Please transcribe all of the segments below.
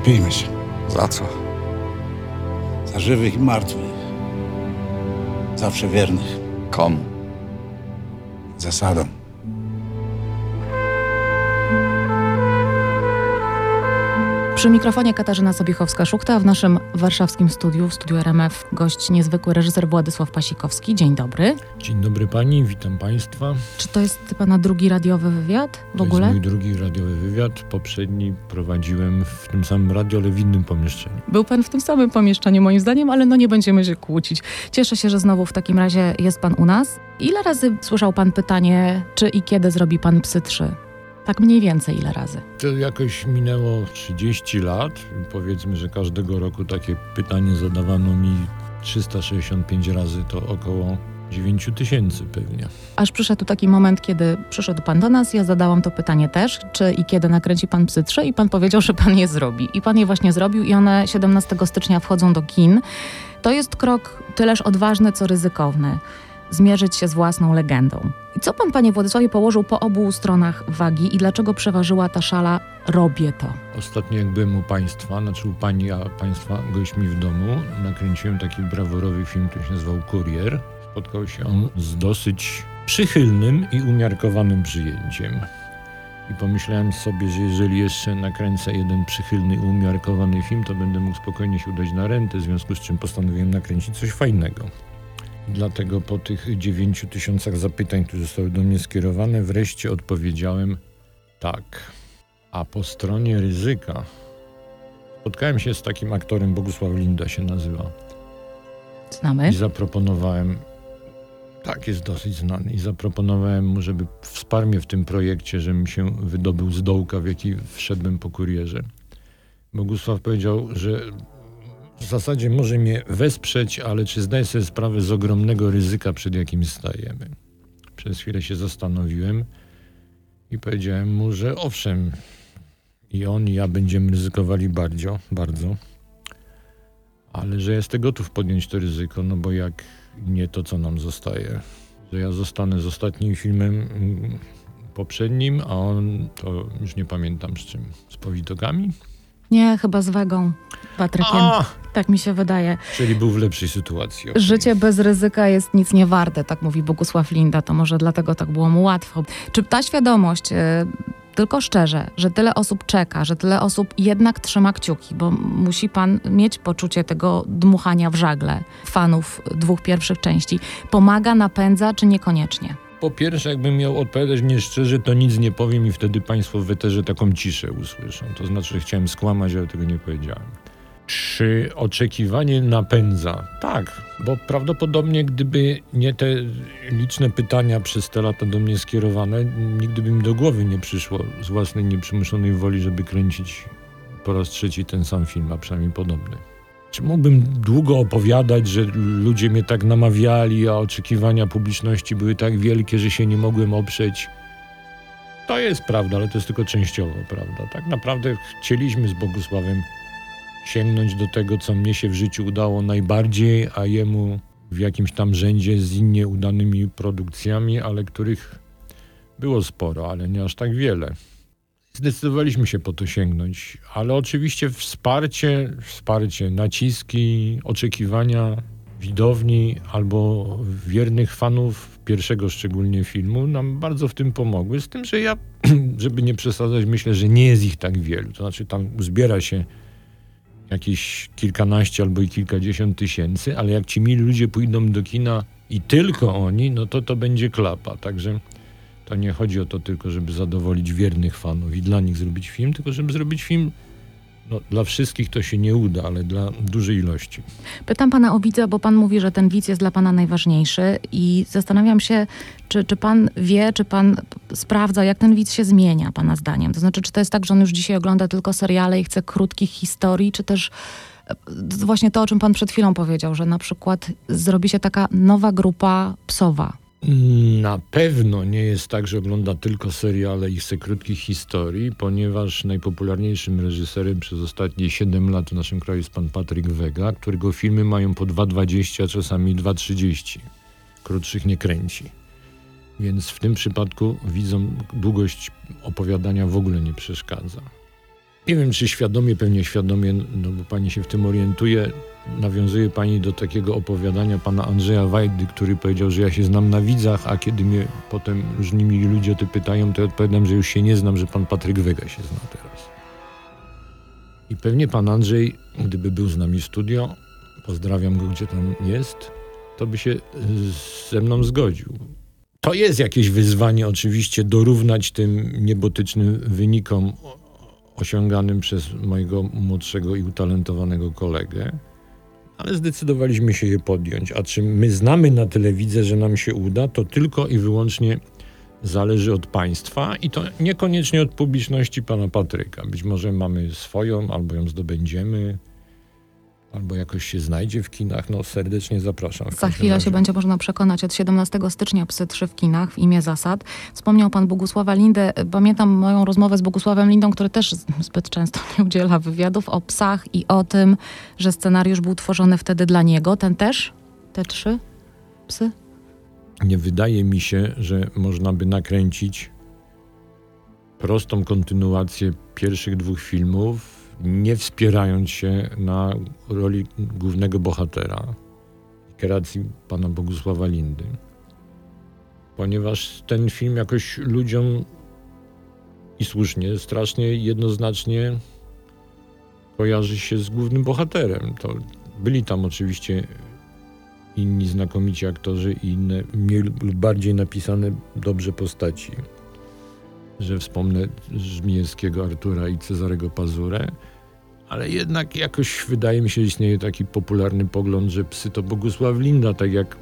Napijmy się. Za co? Za żywych i martwych. Zawsze wiernych. Komu? Zasadom. Przy mikrofonie Katarzyna Sobiechowska-Szuchta, a w naszym warszawskim studiu, w studiu RMF, gość niezwykły reżyser Władysław Pasikowski. Dzień dobry. Dzień dobry pani, witam państwa. Czy to jest pana drugi radiowy wywiad w ogóle? To jest mój drugi radiowy wywiad. Poprzedni prowadziłem w tym samym radiu, ale w innym pomieszczeniu. Był pan w tym samym pomieszczeniu moim zdaniem, ale nie będziemy się kłócić. Cieszę się, że znowu w takim razie jest pan u nas. Ile razy słyszał pan pytanie, czy i kiedy zrobi pan Psy 3? Tak mniej więcej ile razy? To jakoś minęło 30 lat. Powiedzmy, że każdego roku takie pytanie zadawano mi 365 razy, to około 9000 pewnie. Aż przyszedł taki moment, kiedy przyszedł pan do nas, ja zadałam to pytanie też, czy i kiedy nakręci pan Psy 3 i pan powiedział, że pan je zrobi. I pan je właśnie zrobił i one 17 stycznia wchodzą do kin. To jest krok tyleż odważny, co ryzykowny. Zmierzyć się z własną legendą. I co pan, panie Władysławie, położył po obu stronach wagi i dlaczego przeważyła ta szala robię to? Ostatnio jak byłem u państwa, znaczy u pani, a państwa gośćmi w domu, nakręciłem taki brawurowy film, który się nazywał Kurier. Spotkał się on z dosyć przychylnym i umiarkowanym przyjęciem. I pomyślałem sobie, że jeżeli jeszcze nakręcę jeden przychylny i umiarkowany film, to będę mógł spokojnie się udać na rentę, w związku z czym postanowiłem nakręcić coś fajnego. Dlatego po tych 9000 zapytań, które zostały do mnie skierowane, wreszcie odpowiedziałem tak. A po stronie ryzyka spotkałem się z takim aktorem, Bogusław Linda się nazywa. Znamy? I zaproponowałem, tak, jest dosyć znany, i zaproponowałem mu, żeby wsparł mnie w tym projekcie, żebym się wydobył z dołka, w jaki wszedłem po kurierze. Bogusław powiedział, że w zasadzie może mnie wesprzeć, ale czy zdaje sobie sprawę z ogromnego ryzyka, przed jakim stajemy? Przez chwilę się zastanowiłem i powiedziałem mu, że owszem, i on, i ja będziemy ryzykowali bardzo, ale że jestem gotów podjąć to ryzyko, no bo jak nie, to co nam zostaje? Że ja zostanę z ostatnim filmem poprzednim, a on, to już nie pamiętam z czym, z powitokami? Nie, chyba z Wegą, Patrykiem. Tak mi się wydaje. Czyli był w lepszej sytuacji. Życie bez ryzyka jest nic nie warte, tak mówi Bogusław Linda, to może dlatego tak było mu łatwo. Czy ta świadomość, tylko szczerze, że tyle osób czeka, że tyle osób jednak trzyma kciuki, bo musi pan mieć poczucie tego dmuchania w żagle fanów dwóch pierwszych części, pomaga, napędza, czy niekoniecznie? Po pierwsze, jakbym miał odpowiadać mnie szczerze, to nic nie powiem i wtedy państwo w eterze taką ciszę usłyszą. To znaczy, że chciałem skłamać, ale tego nie powiedziałem. Czy oczekiwanie napędza? Tak, bo prawdopodobnie gdyby nie te liczne pytania przez te lata do mnie skierowane, nigdy by mi do głowy nie przyszło z własnej nieprzymuszonej woli, żeby kręcić po raz trzeci ten sam film, a przynajmniej podobny. Czy mógłbym długo opowiadać, że ludzie mnie tak namawiali, a oczekiwania publiczności były tak wielkie, że się nie mogłem oprzeć? To jest prawda, ale to jest tylko częściowo prawda. Tak naprawdę chcieliśmy z Bogusławem sięgnąć do tego, co mnie się w życiu udało najbardziej, a jemu w jakimś tam rzędzie z innie udanymi produkcjami, ale których było sporo, ale nie aż tak wiele. Zdecydowaliśmy się po to sięgnąć, ale oczywiście wsparcie, naciski, oczekiwania widowni albo wiernych fanów pierwszego szczególnie filmu nam bardzo w tym pomogły. Z tym, że ja, żeby nie przesadzać, myślę, że nie jest ich tak wielu. To znaczy tam zbiera się jakieś kilkanaście albo i kilkadziesiąt tysięcy, ale jak ci mili ludzie pójdą do kina i tylko oni, no to będzie klapa. Także to nie chodzi o to tylko, żeby zadowolić wiernych fanów i dla nich zrobić film, tylko żeby zrobić film, no, dla wszystkich to się nie uda, ale dla dużej ilości. Pytam pana o widza, bo pan mówi, że ten widz jest dla pana najważniejszy i zastanawiam się, czy pan wie, czy pan sprawdza, jak ten widz się zmienia, pana zdaniem. To znaczy, czy to jest tak, że on już dzisiaj ogląda tylko seriale i chce krótkich historii, czy też właśnie to, o czym pan przed chwilą powiedział, że na przykład zrobi się taka nowa grupa psowa. Na pewno nie jest tak, że ogląda tylko seriale i chce krótkich historii, ponieważ najpopularniejszym reżyserem przez ostatnie 7 lat w naszym kraju jest pan Patryk Wega, którego filmy mają po 2,20, a czasami 2,30. Krótszych nie kręci. Więc w tym przypadku widzom długość opowiadania w ogóle nie przeszkadza. Nie wiem, czy świadomie, pewnie świadomie, no bo pani się w tym orientuje, nawiązuje pani do takiego opowiadania pana Andrzeja Wajdy, który powiedział, że ja się znam na widzach, a kiedy mnie potem różnymi ludzie o to pytają, to ja odpowiadam, że już się nie znam, że pan Patryk Wega się zna teraz. I pewnie pan Andrzej, gdyby był z nami w studio, pozdrawiam go, gdzie tam jest, to by się ze mną zgodził. To jest jakieś wyzwanie oczywiście dorównać tym niebotycznym wynikom osiąganym przez mojego młodszego i utalentowanego kolegę, ale zdecydowaliśmy się je podjąć. A czy my znamy na tyle widzę, że nam się uda, to tylko i wyłącznie zależy od państwa i to niekoniecznie od publiczności pana Patryka. Być może mamy swoją, albo ją zdobędziemy, albo jakoś się znajdzie w kinach. No serdecznie zapraszam. Za chwilę się będzie można przekonać. Od 17 stycznia Psy 3 w kinach w imię zasad. Wspomniał pan Bogusława Lindę. Pamiętam moją rozmowę z Bogusławem Lindą, który też zbyt często nie udziela wywiadów, o psach i o tym, że scenariusz był tworzony wtedy dla niego. Ten też? Te 3 psy? Nie wydaje mi się, że można by nakręcić prostą kontynuację pierwszych 2 filmów, nie wspierając się na roli głównego bohatera i kreacji pana Bogusława Lindy. Ponieważ ten film jakoś ludziom i słusznie, strasznie jednoznacznie kojarzy się z głównym bohaterem. To byli tam oczywiście inni znakomici aktorzy i inne mniej lub bardziej napisane dobrze postaci. Że wspomnę Żmijewskiego Artura i Cezarego Pazurę, ale jednak jakoś wydaje mi się, że istnieje taki popularny pogląd, że Psy to Bogusław Linda, tak jak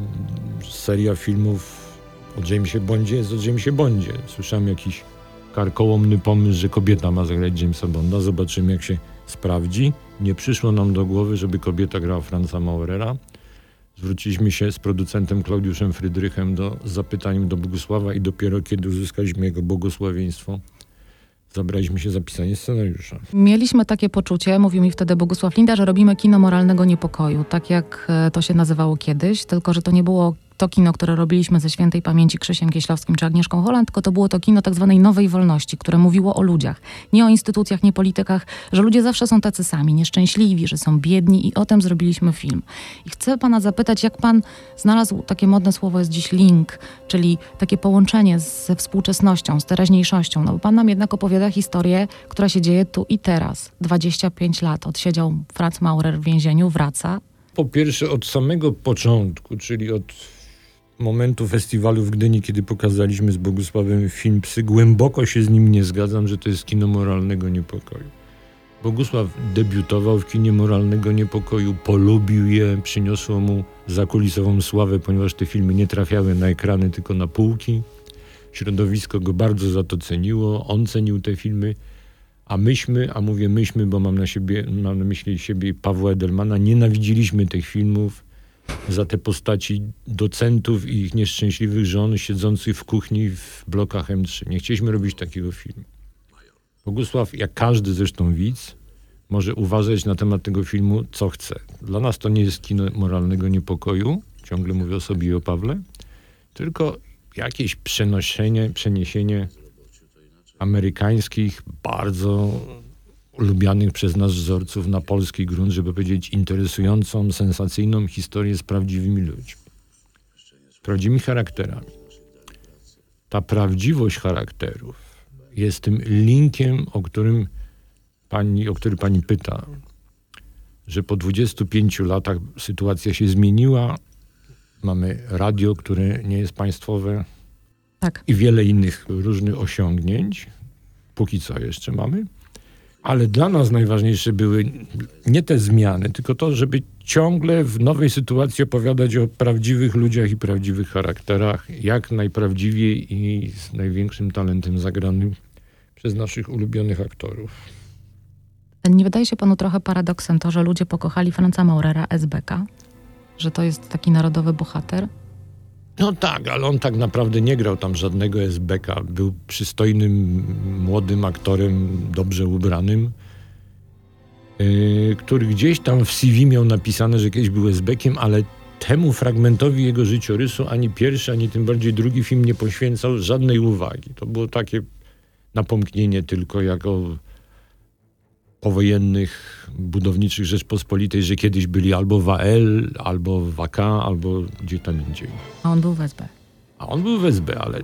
seria filmów o Jamesie Bondzie jest o Jamesie Bondzie. Słyszałem jakiś karkołomny pomysł, że kobieta ma zagrać Jamesa Bonda. Zobaczymy, jak się sprawdzi. Nie przyszło nam do głowy, żeby kobieta grała Franza Maurera. Zwróciliśmy się z producentem Klaudiuszem Frydrychem z zapytaniem do Bogusława i dopiero kiedy uzyskaliśmy jego błogosławieństwo, zabraliśmy się za pisanie scenariusza. Mieliśmy takie poczucie, mówił mi wtedy Bogusław Linda, że robimy kino moralnego niepokoju, tak jak to się nazywało kiedyś, tylko że to nie było to kino, które robiliśmy ze świętej pamięci Krzysiem Kieślowskim czy Agnieszką Holland, tylko to było to kino tak zwanej nowej wolności, które mówiło o ludziach, nie o instytucjach, nie politykach, że ludzie zawsze są tacy sami, nieszczęśliwi, że są biedni i o tym zrobiliśmy film. I chcę pana zapytać, jak pan znalazł, takie modne słowo jest dziś link, czyli takie połączenie ze współczesnością, z teraźniejszością, no bo pan nam jednak opowiada historię, która się dzieje tu i teraz. 25 lat odsiedział Franz Maurer w więzieniu, wraca. Po pierwsze od samego początku, czyli od momentu festiwalu w Gdyni, kiedy pokazaliśmy z Bogusławem film Psy, głęboko się z nim nie zgadzam, że to jest kino moralnego niepokoju. Bogusław debiutował w kinie moralnego niepokoju, polubił je, przyniosło mu zakulisową sławę, ponieważ te filmy nie trafiały na ekrany, tylko na półki. Środowisko go bardzo za to ceniło, on cenił te filmy, a myśmy, a mówię myśmy, bo mam na myśli siebie i Pawła Edelmana, nienawidziliśmy tych filmów za te postaci docentów i ich nieszczęśliwych żon siedzących w kuchni w blokach M3. Nie chcieliśmy robić takiego filmu. Bogusław, jak każdy zresztą widz, może uważać na temat tego filmu, co chce. Dla nas to nie jest kino moralnego niepokoju, ciągle mówię o sobie i o Pawle, tylko jakieś przeniesienie amerykańskich, bardzo lubianych przez nas wzorców na polski grunt, żeby powiedzieć interesującą, sensacyjną historię z prawdziwymi ludźmi. Z prawdziwymi charakterami. Ta prawdziwość charakterów jest tym linkiem, o który pani pyta, że po 25 latach sytuacja się zmieniła. Mamy radio, które nie jest państwowe. Tak. I wiele innych różnych osiągnięć. Póki co jeszcze mamy. Ale dla nas najważniejsze były nie te zmiany, tylko to, żeby ciągle w nowej sytuacji opowiadać o prawdziwych ludziach i prawdziwych charakterach, jak najprawdziwiej i z największym talentem zagranym przez naszych ulubionych aktorów. Nie wydaje się panu trochę paradoksem to, że ludzie pokochali Franza Maurera, SBK? Że to jest taki narodowy bohater? No tak, ale on tak naprawdę nie grał tam żadnego SBK. Był przystojnym, młodym aktorem, dobrze ubranym, który gdzieś tam w CV miał napisane, że kiedyś był SBkiem, ale temu fragmentowi jego życiorysu ani pierwszy, ani tym bardziej drugi film nie poświęcał żadnej uwagi. To było takie napomknienie tylko jako powojennych budowniczych Rzeczpospolitej, że kiedyś byli albo w AL, albo w AK, albo gdzie tam indziej. A on był w SB. A on był w SB, ale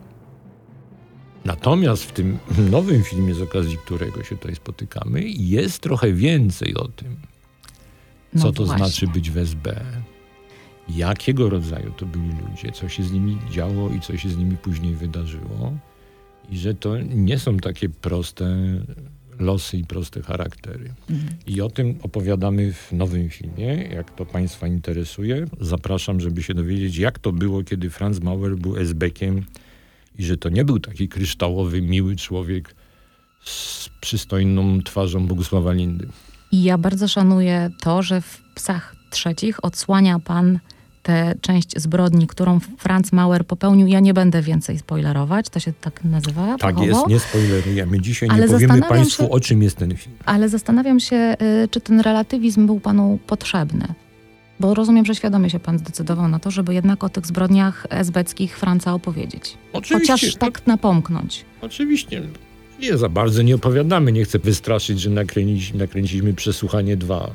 natomiast w tym nowym filmie, z okazji którego się tutaj spotykamy, jest trochę więcej o tym, co No to właśnie. znaczy być w SB, jakiego rodzaju to byli ludzie, co się z nimi działo i co się z nimi później wydarzyło. I że to nie są takie proste losy i proste charaktery. I o tym opowiadamy w nowym filmie. Jak to Państwa interesuje, zapraszam, żeby się dowiedzieć, jak to było, kiedy Franz Mauer był SB-kiem i że to nie był taki kryształowy, miły człowiek z przystojną twarzą Bogusława Lindy. I ja bardzo szanuję to, że w Psach trzecich odsłania pan tę część zbrodni, którą Franz Mauer popełnił. Ja nie będę więcej spoilerować, to się tak nazywa Tak fachowo. jest, nie spoilerujemy. Dzisiaj Ale nie powiemy zastanawiam Państwu, się- o czym jest ten film. Ale zastanawiam się, czy ten relatywizm był panu potrzebny. Bo rozumiem, że świadomie się pan zdecydował na to, żeby jednak o tych zbrodniach esbeckich Franca opowiedzieć. Oczywiście, Chociaż tak napomknąć. Oczywiście. Nie za bardzo nie opowiadamy. Nie chcę wystraszyć, że nakręciliśmy Przesłuchanie 2.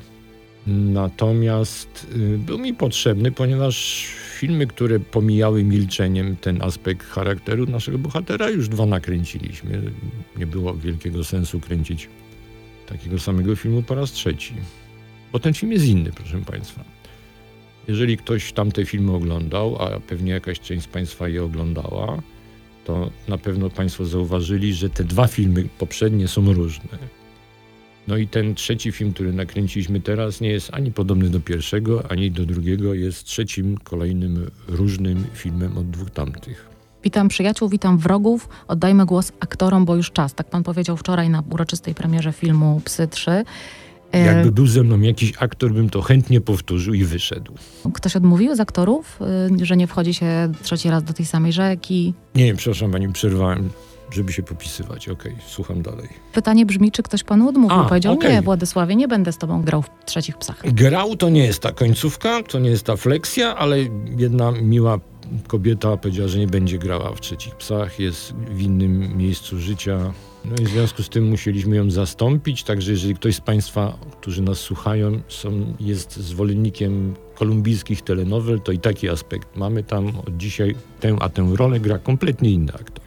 Natomiast był mi potrzebny, ponieważ filmy, które pomijały milczeniem ten aspekt charakteru naszego bohatera, już 2 nakręciliśmy. Nie było wielkiego sensu kręcić takiego samego filmu po raz 3. Bo ten film jest inny, proszę Państwa. Jeżeli ktoś tamte filmy oglądał, a pewnie jakaś część z Państwa je oglądała, to na pewno Państwo zauważyli, że te 2 filmy poprzednie są różne. No i ten 3 film, który nakręciliśmy teraz, nie jest ani podobny do pierwszego, ani do drugiego. Jest 3. kolejnym różnym filmem od 2 tamtych. Witam przyjaciół, witam wrogów. Oddajmy głos aktorom, bo już czas. Tak pan powiedział wczoraj na uroczystej premierze filmu Psy 3. Jakby był ze mną jakiś aktor, bym to chętnie powtórzył i wyszedł. Ktoś odmówił z aktorów, że nie wchodzi się 3 raz do tej samej rzeki? Nie, przepraszam Pani, przerwałem, żeby się popisywać. Okej, słucham dalej. Pytanie brzmi, czy ktoś panu odmówił? Powiedział, okej. nie, Władysławie, nie będę z tobą grał w 3 psach. Grał to nie jest ta końcówka, to nie jest ta fleksja, ale jedna miła kobieta powiedziała, że nie będzie grała w 3 psach, jest w innym miejscu życia. No i w związku z tym musieliśmy ją zastąpić, także jeżeli ktoś z Państwa, którzy nas słuchają, jest zwolennikiem kolumbijskich telenowel, to i taki aspekt mamy tam od dzisiaj. Tę rolę gra kompletnie inny aktor.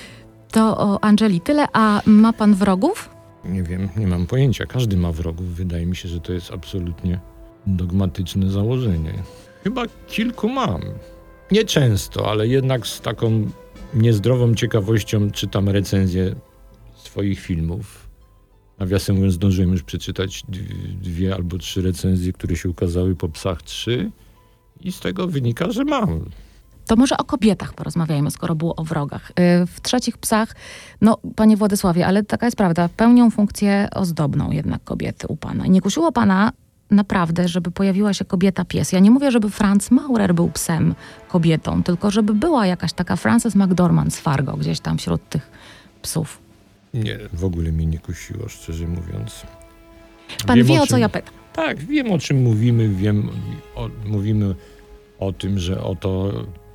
To o Angeli tyle, a ma pan wrogów? Nie wiem, nie mam pojęcia. Każdy ma wrogów. Wydaje mi się, że to jest absolutnie dogmatyczne założenie. Chyba kilku mam. Nie często, ale jednak z taką niezdrową ciekawością czytam recenzje swoich filmów. Nawiasem mówiąc, zdążyłem już przeczytać 2 albo 3 recenzje, które się ukazały po Psach 3 i z tego wynika, że mam. To może o kobietach porozmawiajmy, skoro było o wrogach. W 3 psach, no panie Władysławie, ale taka jest prawda, pełnią funkcję ozdobną jednak kobiety u pana. I nie kusiło pana naprawdę, żeby pojawiła się kobieta pies. Ja nie mówię, żeby Franz Maurer był psem kobietą, tylko żeby była jakaś taka Frances McDormand z Fargo gdzieś tam wśród tych psów. Nie, w ogóle mnie nie kusiło, szczerze mówiąc. Pan Wiem, wie, o czym- co ja pytam. Tak, wiem, o czym mówimy. Mówimy o tym, że oto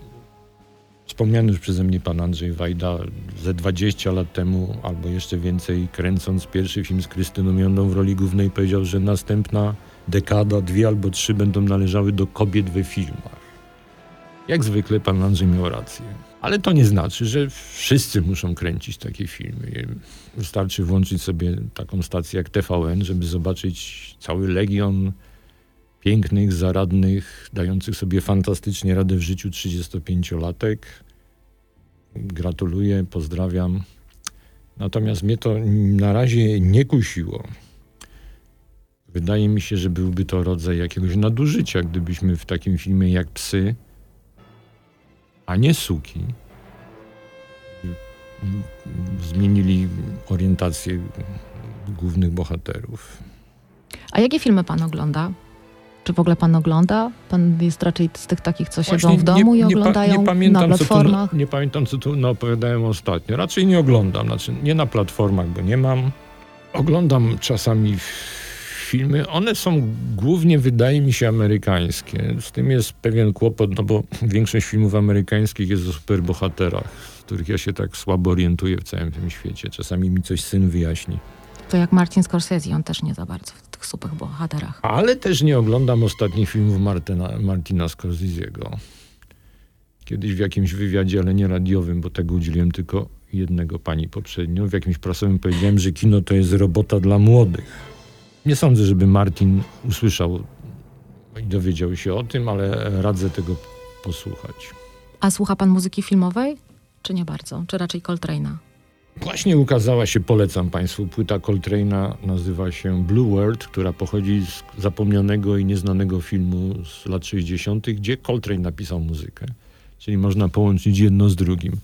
wspomniany już przeze mnie pan Andrzej Wajda ze 20 lat temu, albo jeszcze więcej, kręcąc pierwszy film z Krystyną Jondą w roli głównej, powiedział, że następna dekada, 2 albo 3 będą należały do kobiet we filmach. Jak zwykle pan Andrzej miał rację. Ale to nie znaczy, że wszyscy muszą kręcić takie filmy. Wystarczy włączyć sobie taką stację jak TVN, żeby zobaczyć cały legion pięknych, zaradnych, dających sobie fantastycznie radę w życiu 35-latek. Gratuluję, pozdrawiam. Natomiast mnie to na razie nie kusiło. Wydaje mi się, że byłby to rodzaj jakiegoś nadużycia, gdybyśmy w takim filmie jak Psy, a nie Suki, zmienili orientację głównych bohaterów. A jakie filmy pan ogląda? Czy w ogóle pan ogląda? Pan jest raczej z tych takich, co siedzą Właśnie w domu i oglądają nie pamiętam, na platformach? Nie pamiętam, co tu opowiadałem ostatnio. Raczej nie oglądam. Znaczy, nie na platformach, bo nie mam. Oglądam czasami filmy. One są głównie, wydaje mi się, amerykańskie. Z tym jest pewien kłopot, no bo większość filmów amerykańskich jest o superbohaterach, z których ja się tak słabo orientuję w całym tym świecie. Czasami mi coś syn wyjaśni. To jak Martin Scorsese, on też nie za bardzo w tych super bohaterach. Ale też nie oglądam ostatnich filmów Martina Scorsese'ego. Kiedyś w jakimś wywiadzie, ale nie radiowym, bo tego udzieliłem tylko jednego pani poprzednio, w jakimś prasowym powiedziałem, że kino to jest robota dla młodych. Nie sądzę, żeby Martin usłyszał i dowiedział się o tym, ale radzę tego posłuchać. A słucha pan muzyki filmowej? Czy nie bardzo? Czy raczej Coltrane'a? Właśnie ukazała się, polecam państwu, płyta Coltrane'a, nazywa się Blue World, która pochodzi z zapomnianego i nieznanego filmu z lat 60., gdzie Coltrane napisał muzykę. Czyli można połączyć jedno z drugim.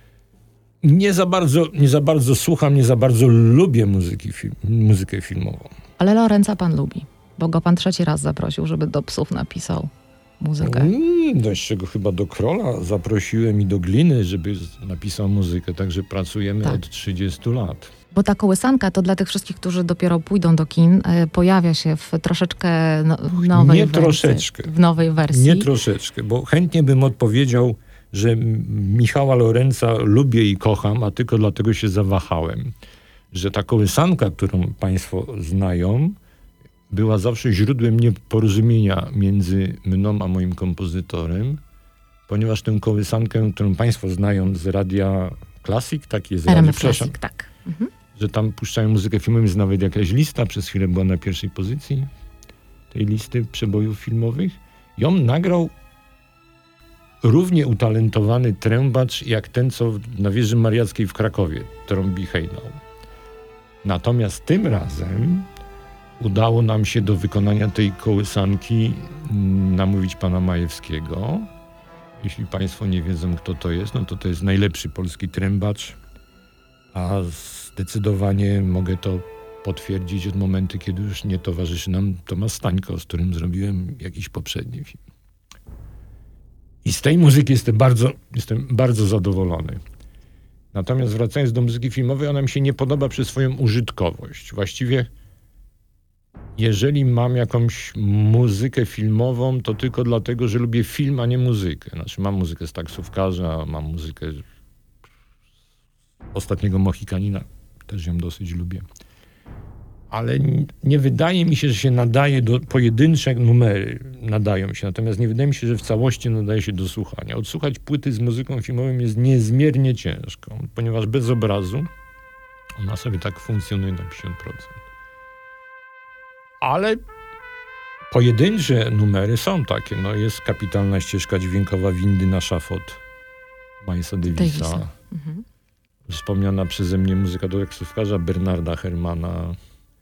Nie za bardzo słucham, nie za bardzo lubię muzykę filmową. Ale Lorenza pan lubi, bo go pan 3. raz zaprosił, żeby do Psów napisał muzykę. Dość czego chyba do Krola zaprosiłem i do Gliny, żeby napisał muzykę, także pracujemy Tak. od 30 lat. Bo ta kołysanka to dla tych wszystkich, którzy dopiero pójdą do kin, pojawia się w troszeczkę nowej Nie wersji. troszeczkę. W nowej wersji. Nie troszeczkę, bo chętnie bym odpowiedział, że Michała Lorenza lubię i kocham, a tylko dlatego się zawahałem, że ta kołysanka, którą państwo znają, była zawsze źródłem nieporozumienia między mną a moim kompozytorem, ponieważ tę kołysankę, którą państwo znają z Radia Classic, tak jest radio, RMF Classic, tak. Mhm. że tam puszczają muzykę filmową, jest nawet jakaś lista, przez chwilę była na pierwszej pozycji tej listy przebojów filmowych. Ją nagrał równie utalentowany trębacz, jak ten, co na wieży mariackiej w Krakowie trąbi hejnał. Natomiast tym razem udało nam się do wykonania tej kołysanki namówić pana Majewskiego. Jeśli państwo nie wiedzą, kto to jest, no to jest najlepszy polski trębacz, a zdecydowanie mogę to potwierdzić od momentu, kiedy już nie towarzyszy nam Tomasz Stańko, z którym zrobiłem jakiś poprzedni film. I z tej muzyki jestem bardzo zadowolony. Natomiast wracając do muzyki filmowej, ona mi się nie podoba przez swoją użytkowość. Właściwie jeżeli mam jakąś muzykę filmową, to tylko dlatego, że lubię film, a nie muzykę. Znaczy mam muzykę z Taksówkarza, mam muzykę z Ostatniego Mohikanina, też ją dosyć lubię. Ale nie wydaje mi się, że się nadaje do pojedyncze numery, nadają się. Natomiast nie wydaje mi się, że w całości nadaje się do słuchania. Odsłuchać płyty z muzyką filmową jest niezmiernie ciężko, ponieważ bez obrazu ona sobie tak funkcjonuje na 50%. Ale pojedyncze numery są takie. No jest kapitalna ścieżka dźwiękowa Windy na szafot Milesa Davisa. Mhm. Wspomniana przeze mnie muzyka do taksówkarza Bernarda Herrmana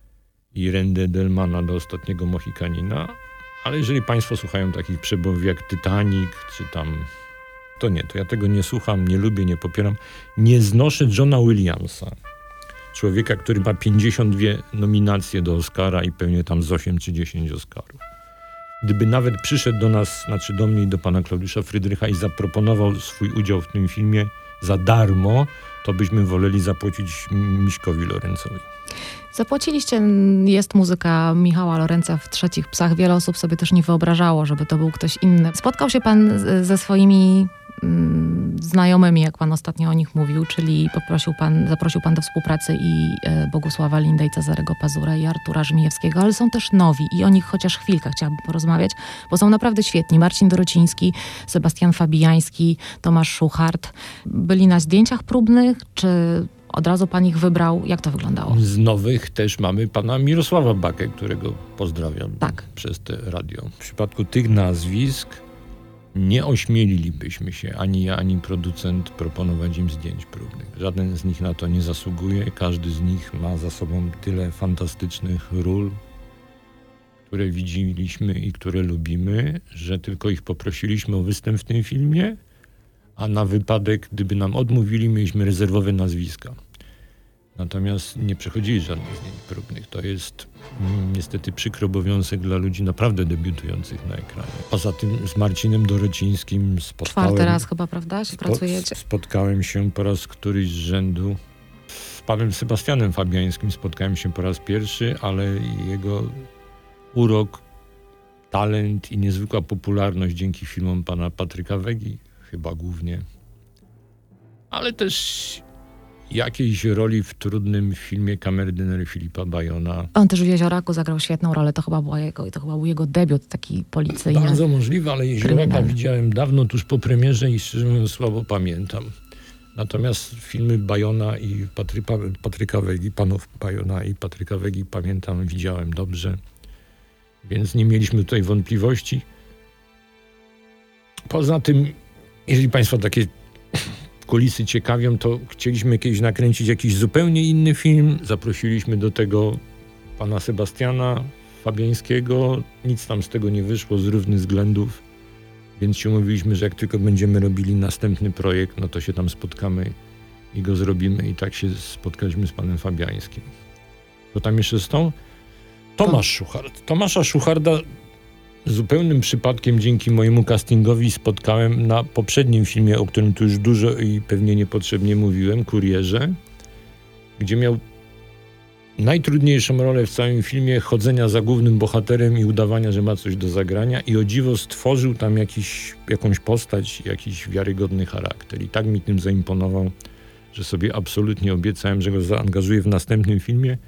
i Randy Delmana do Ostatniego Mohikanina. Ale jeżeli państwo słuchają takich przebojów jak Titanic, czy tam... To nie, to ja tego nie słucham, nie lubię, nie popieram. Nie znoszę Johna Williamsa. Człowieka, który ma 52 nominacje do Oscara i pewnie tam z 8 czy 10 Oscarów. Gdyby nawet przyszedł do nas, znaczy do mnie i do pana Klaudysza Frydrycha i zaproponował swój udział w tym filmie za darmo, to byśmy woleli zapłacić Miśkowi Lorenzowi. Zapłaciliście, jest muzyka Michała Lorenza w Trzecich Psach. Wiele osób sobie też nie wyobrażało, żeby to był ktoś inny. Spotkał się pan ze swoimi znajomymi, jak pan ostatnio o nich mówił, czyli zaprosił pan do współpracy i Bogusława Lindę, i Cezarego Pazura, i Artura Żmijewskiego, ale są też nowi i o nich chociaż chwilkę chciałabym porozmawiać, bo są naprawdę świetni. Marcin Dorociński, Sebastian Fabijański, Tomasz Szuchart. Byli na zdjęciach próbnych, czy od razu pan ich wybrał? Jak to wyglądało? Z nowych też mamy pana Mirosława Bakę, którego pozdrawiam przez te radio. W przypadku tych nazwisk nie ośmielilibyśmy się, ani ja, ani producent, proponować im zdjęć próbnych. Żaden z nich na to nie zasługuje. Każdy z nich ma za sobą tyle fantastycznych ról, które widzieliśmy i które lubimy, że tylko ich poprosiliśmy o występ w tym filmie, a na wypadek, gdyby nam odmówili, mieliśmy rezerwowe nazwiska. Natomiast nie przechodzili żadnych zdjęć próbnych. To jest niestety przykry obowiązek dla ludzi naprawdę debiutujących na ekranie. Poza tym z Marcinem Dorocińskim Czwarty raz chyba, prawda, się pracujecie? Spotkałem się po raz któryś z rzędu. Z panem Sebastianem Fabiańskim spotkałem się po raz pierwszy, ale jego urok, talent i niezwykła popularność dzięki filmom pana Patryka Wegi, chyba głównie, ale też jakiejś roli w trudnym filmie kamerdyner Filipa Bajona. On też w Jezioraku zagrał świetną rolę, to chyba był jego debiut taki policyjny. Bardzo możliwe, ale Jezioraka kryminalny. widziałem dawno, tuż po premierze i szczerze mówiąc słabo pamiętam. Natomiast filmy Bajona i Patryka Wegi, panów Bajona i Patryka Wegi pamiętam, widziałem dobrze. Więc nie mieliśmy tutaj wątpliwości. Poza tym, jeżeli Państwa takie kulisy ciekawią, to chcieliśmy kiedyś nakręcić jakiś zupełnie inny film. Zaprosiliśmy do tego pana Sebastiana Fabiańskiego. Nic tam z tego nie wyszło z różnych względów, więc się umówiliśmy, że jak tylko będziemy robili następny projekt, no to się tam spotkamy i go zrobimy. I tak się spotkaliśmy z panem Fabiańskim. To tam jeszcze są? Tomasz Szuchard. Tomasza Szucharda zupełnym przypadkiem dzięki mojemu castingowi spotkałem na poprzednim filmie, o którym tu już dużo i pewnie niepotrzebnie mówiłem, Kurierze, gdzie miał najtrudniejszą rolę w całym filmie chodzenia za głównym bohaterem i udawania, że ma coś do zagrania, i o dziwo stworzył tam jakąś postać, jakiś wiarygodny charakter. I tak mi tym zaimponował, że sobie absolutnie obiecałem, że go zaangażuję w następnym filmie.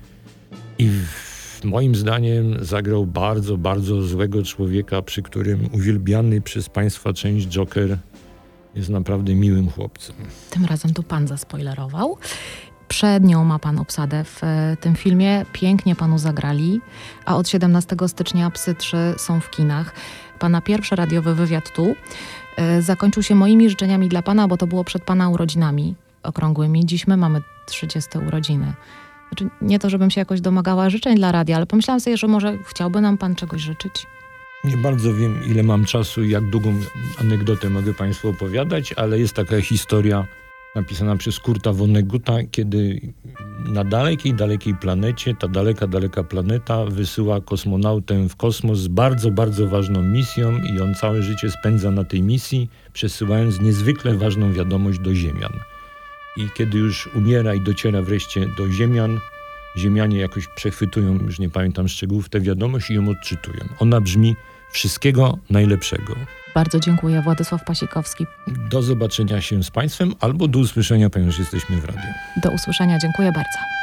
I moim zdaniem zagrał bardzo, bardzo złego człowieka, przy którym uwielbiany przez Państwa część Joker jest naprawdę miłym chłopcem. Tym razem tu pan zaspoilerował. Przed nią ma pan obsadę w tym filmie. Pięknie panu zagrali, a od 17 stycznia Psy 3 są w kinach. Pana pierwszy radiowy wywiad tu zakończył się moimi życzeniami dla pana, bo to było przed pana urodzinami okrągłymi. Dziś my mamy 30 urodziny. Znaczy, nie to, żebym się jakoś domagała życzeń dla radia, ale pomyślałam sobie, że może chciałby nam pan czegoś życzyć. Nie bardzo wiem, ile mam czasu i jak długą anegdotę mogę Państwu opowiadać, ale jest taka historia napisana przez Kurta Vonnegutta, kiedy na dalekiej, dalekiej planecie, ta daleka, daleka planeta wysyła kosmonautę w kosmos z bardzo, bardzo ważną misją i on całe życie spędza na tej misji, przesyłając niezwykle ważną wiadomość do Ziemian. I kiedy już umiera i dociera wreszcie do Ziemian, Ziemianie jakoś przechwytują, już nie pamiętam szczegółów, tę wiadomość i ją odczytują. Ona brzmi: wszystkiego najlepszego. Bardzo dziękuję. Władysław Pasikowski. Do zobaczenia się z Państwem albo do usłyszenia, ponieważ jesteśmy w radiu. Do usłyszenia. Dziękuję bardzo.